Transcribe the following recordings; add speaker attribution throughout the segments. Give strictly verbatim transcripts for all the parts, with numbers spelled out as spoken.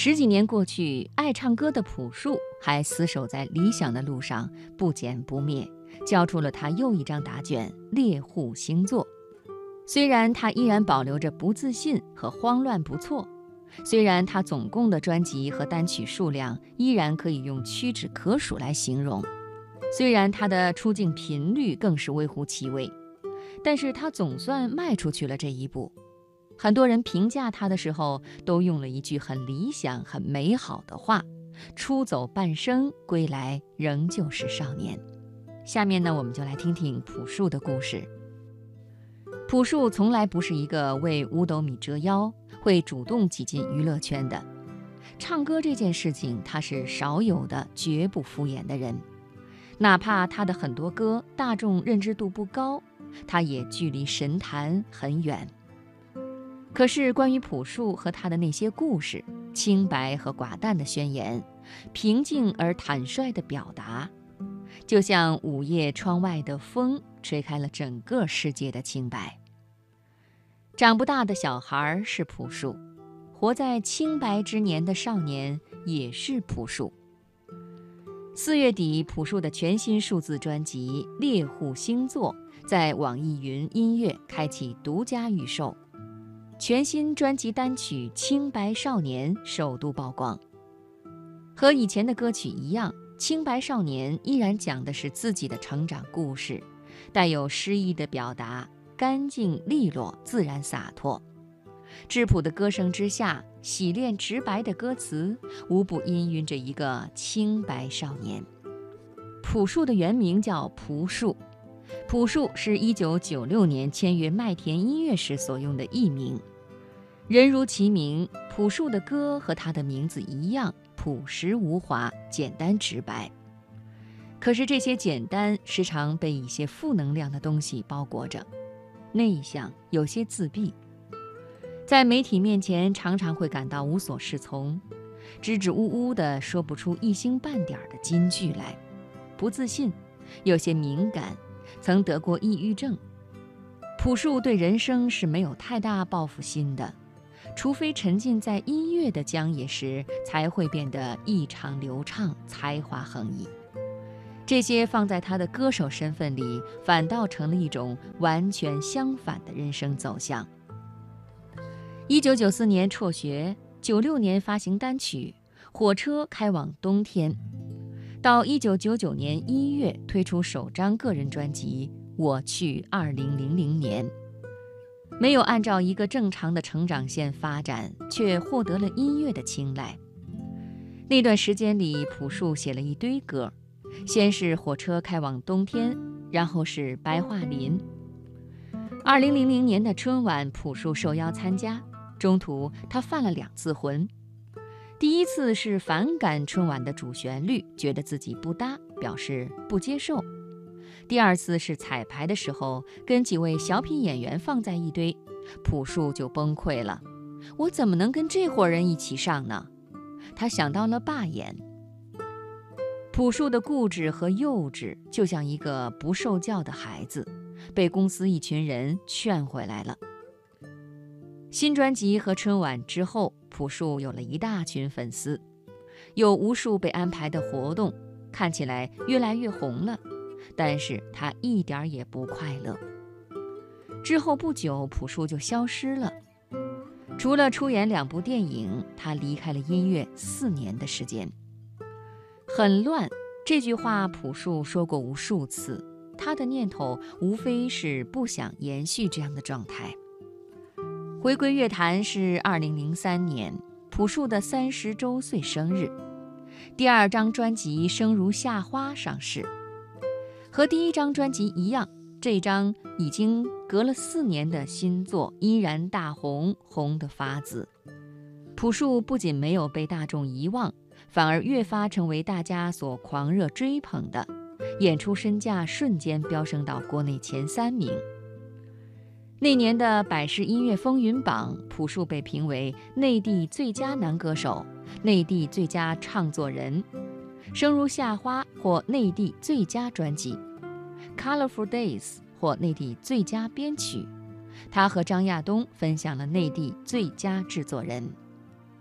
Speaker 1: 十几年过去，爱唱歌的朴树还死守在理想的路上，不减不灭，交出了他又一张答卷《猎户星座》。虽然他依然保留着不自信和慌乱不错，虽然他总共的专辑和单曲数量依然可以用屈指可数来形容，虽然他的出镜频率更是微乎其微，但是他总算迈出去了这一步。很多人评价他的时候，都用了一句很理想、很美好的话：出走半生，归来仍旧是少年。下面呢，我们就来听听朴树的故事。朴树从来不是一个为五斗米折腰、会主动挤进娱乐圈的。唱歌这件事情，他是少有的绝不敷衍的人。哪怕他的很多歌大众认知度不高，他也距离神坛很远。可是关于朴树和他的那些故事，清白和寡淡的宣言，平静而坦率的表达，就像午夜窗外的风，吹开了整个世界的清白。长不大的小孩是朴树，活在清白之年的少年也是朴树。四月底，朴树的全新数字专辑《猎户星座》在网易云音乐开启独家预售，全新专辑单曲《清白少年》首度曝光。和以前的歌曲一样，《清白少年》依然讲的是自己的成长故事，带有诗意的表达，干净利落，自然洒脱。质朴的歌声之下，洗练直白的歌词，无不氤氲着一个清白少年。朴树的原名叫朴树，朴树是一九九六年签约麦田音乐时所用的艺名。人如其名，朴树的歌和他的名字一样，朴实无华，简单直白。可是这些简单时常被一些负能量的东西包裹着，内向，有些自闭，在媒体面前常常会感到无所适从，支支吾吾地说不出一星半点的金句来，不自信，有些敏感，曾得过抑郁症。朴树对人生是没有太大抱负心的，除非沉浸在音乐的疆野时，才会变得异常流畅，才华横溢。这些放在他的歌手身份里，反倒成了一种完全相反的人生走向。一九九四年辍学，九六年发行单曲《火车开往冬天》，到一九九九年一月推出首张个人专辑《我去二零零零年》。没有按照一个正常的成长线发展，却获得了音乐的青睐。那段时间里，朴树写了一堆歌，先是《火车开往冬天》，然后是《白桦林》。二零零零年的春晚，朴树受邀参加，中途他犯了两次浑。第一次是反感春晚的主旋律，觉得自己不搭，表示不接受。第二次是彩排的时候，跟几位小品演员放在一堆，朴树就崩溃了。我怎么能跟这伙人一起上呢？他想到了罢演。朴树的固执和幼稚，就像一个不受教的孩子，被公司一群人劝回来了。新专辑和春晚之后，朴树有了一大群粉丝，有无数被安排的活动，看起来越来越红了。但是他一点也不快乐。之后不久，朴树就消失了。除了出演两部电影，他离开了音乐四年的时间。很乱，这句话朴树说过无数次，他的念头无非是不想延续这样的状态。回归乐坛是二零零三年，朴树的三十周岁生日，第二张专辑《生如夏花》上市。和第一张专辑一样，这张已经隔了四年的新作依然大红，红得发紫。朴树不仅没有被大众遗忘，反而越发成为大家所狂热追捧的，演出身价瞬间飙升到国内前三名。那年的百事音乐风云榜，朴树被评为内地最佳男歌手、内地最佳唱作人，生如夏花获内地最佳专辑， Colorful Days 获内地最佳编曲，他和张亚东分享了内地最佳制作人。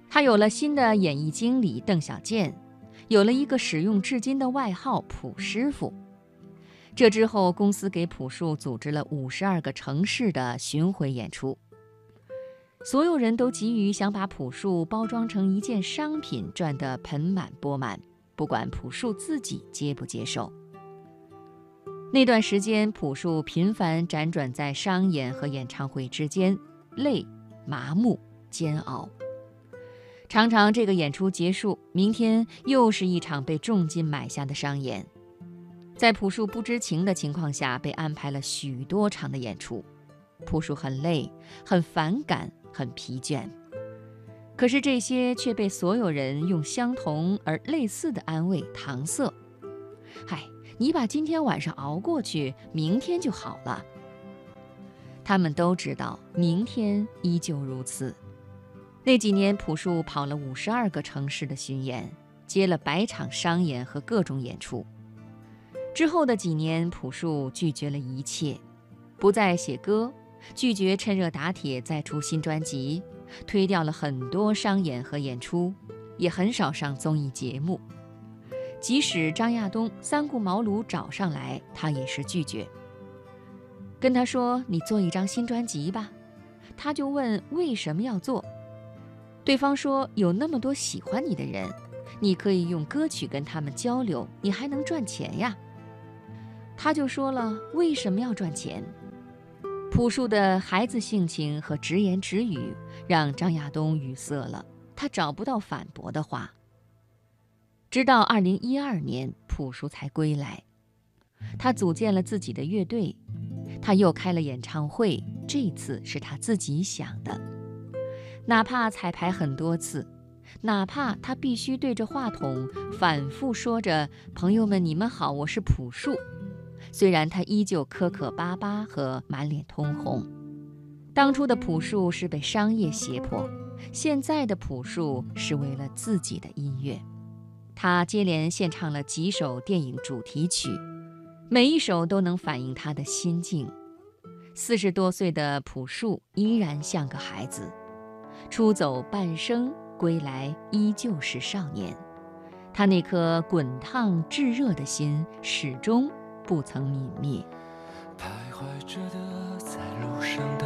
Speaker 1: 他有了新的演艺经理邓小健，有了一个使用至今的外号朴师傅。这之后，公司给朴树组织了五十二个城市的巡回演出。所有人都急于想把朴树包装成一件商品，赚得盆满钵满，不管朴树自己接不接受。那段时间，朴树频繁辗转在商演和演唱会之间，累、麻木、煎熬。常常这个演出结束，明天又是一场被重金买下的商演。在朴树不知情的情况下，被安排了许多场的演出。朴树很累，很反感，很疲倦。可是这些却被所有人用相同而类似的安慰搪塞。嗨，你把今天晚上熬过去，明天就好了。他们都知道，明天依旧如此。那几年，朴树跑了五十二个城市的巡演，接了百场商演和各种演出。之后的几年，朴树拒绝了一切，不再写歌，拒绝趁热打铁再出新专辑，推掉了很多商演和演出，也很少上综艺节目。即使张亚东、三顾茅庐找上来，他也是拒绝。跟他说：“你做一张新专辑吧。”他就问为什么要做。对方说：“有那么多喜欢你的人，你可以用歌曲跟他们交流，你还能赚钱呀。”他就说了：“为什么要赚钱？”朴树的孩子性情和直言直语让张亚东语塞了，他找不到反驳的话。直到二零一二年，朴树才归来。他组建了自己的乐队，他又开了演唱会，这次是他自己想的。哪怕彩排很多次，哪怕他必须对着话筒反复说着“朋友们，你们好，我是朴树”，虽然他依旧磕磕巴巴和满脸通红。当初的朴树是被商业胁迫，现在的朴树是为了自己的音乐。他接连献唱了几首电影主题曲，每一首都能反映他的心境。四十多岁的朴树依然像个孩子，出走半生，归来依旧是少年。他那颗滚烫炙热的心始终不曾泯灭。
Speaker 2: 徘徊着的，在路上的，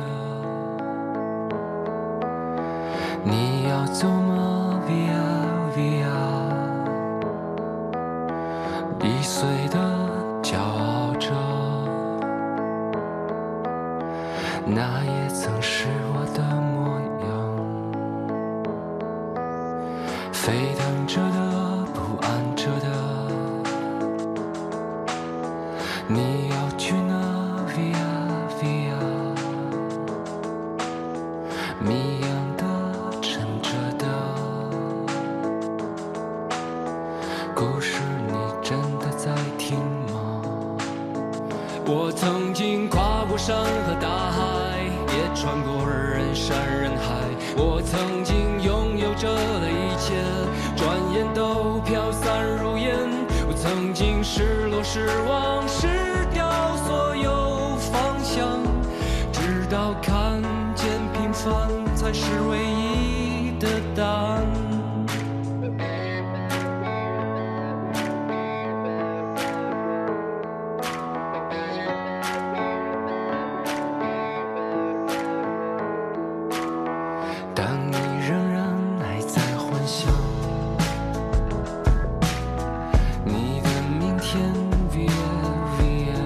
Speaker 2: 你要走吗 ？Via Via， 易碎的骄傲着，那也曾是我的模样。沸腾着的，不安着的，你要去哪 ？Via Via， 谜样的，沉着的，故事你真的在听吗？我曾经跨过山和大海，也穿过人山人海。我曾经拥有着的一切，转眼都飘散如烟。我曾经失落失望失掉所有方向，直到看见平凡才是唯一的答案。但你仍然还在幻想你的明天 Via Via，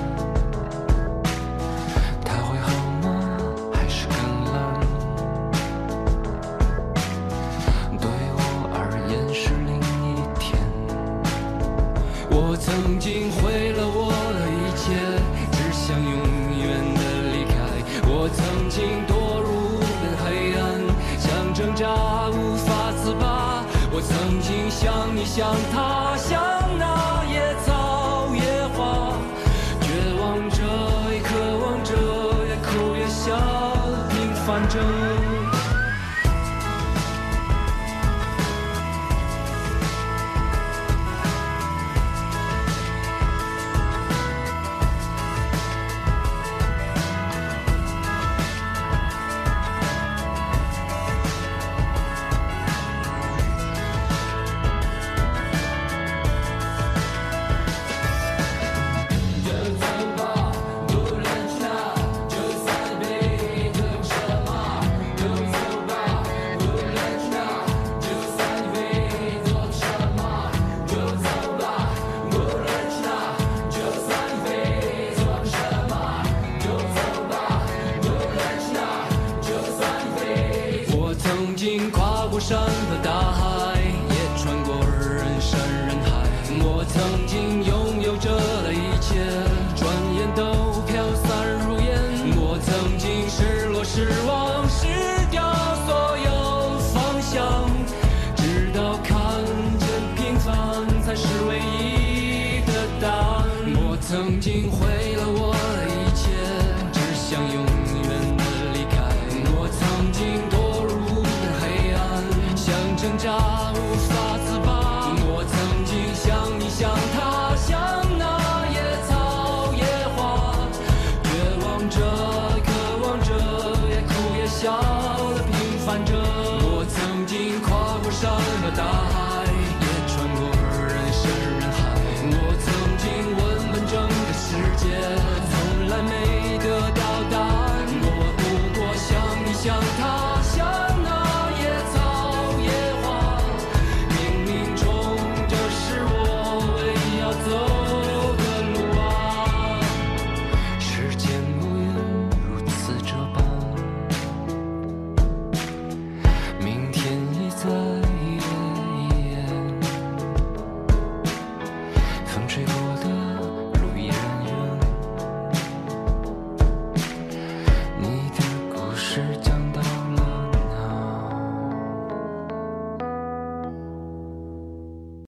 Speaker 2: 它会好吗？还是更冷？对我而言是另一天。我曾经毁了我的一切，只想永远的离开。我曾经堕入黑暗，想挣扎无法自拔。我曾经像你像他像那野草野花，绝望着也渴望着，也哭也笑，平凡着。 和大海，也穿过人山人海。我曾经拥有着的一切，转眼都飘散如烟。我曾经失落失望失掉所有方向，直到看见平凡才是唯一的答案。我曾经毁了我的一切，只想永远的离开。我曾经堕入黑暗，想挣扎无法自拔。我曾经像你像他像那野草野花，绝望着渴望着也哭也笑的平凡着。我曾经跨过山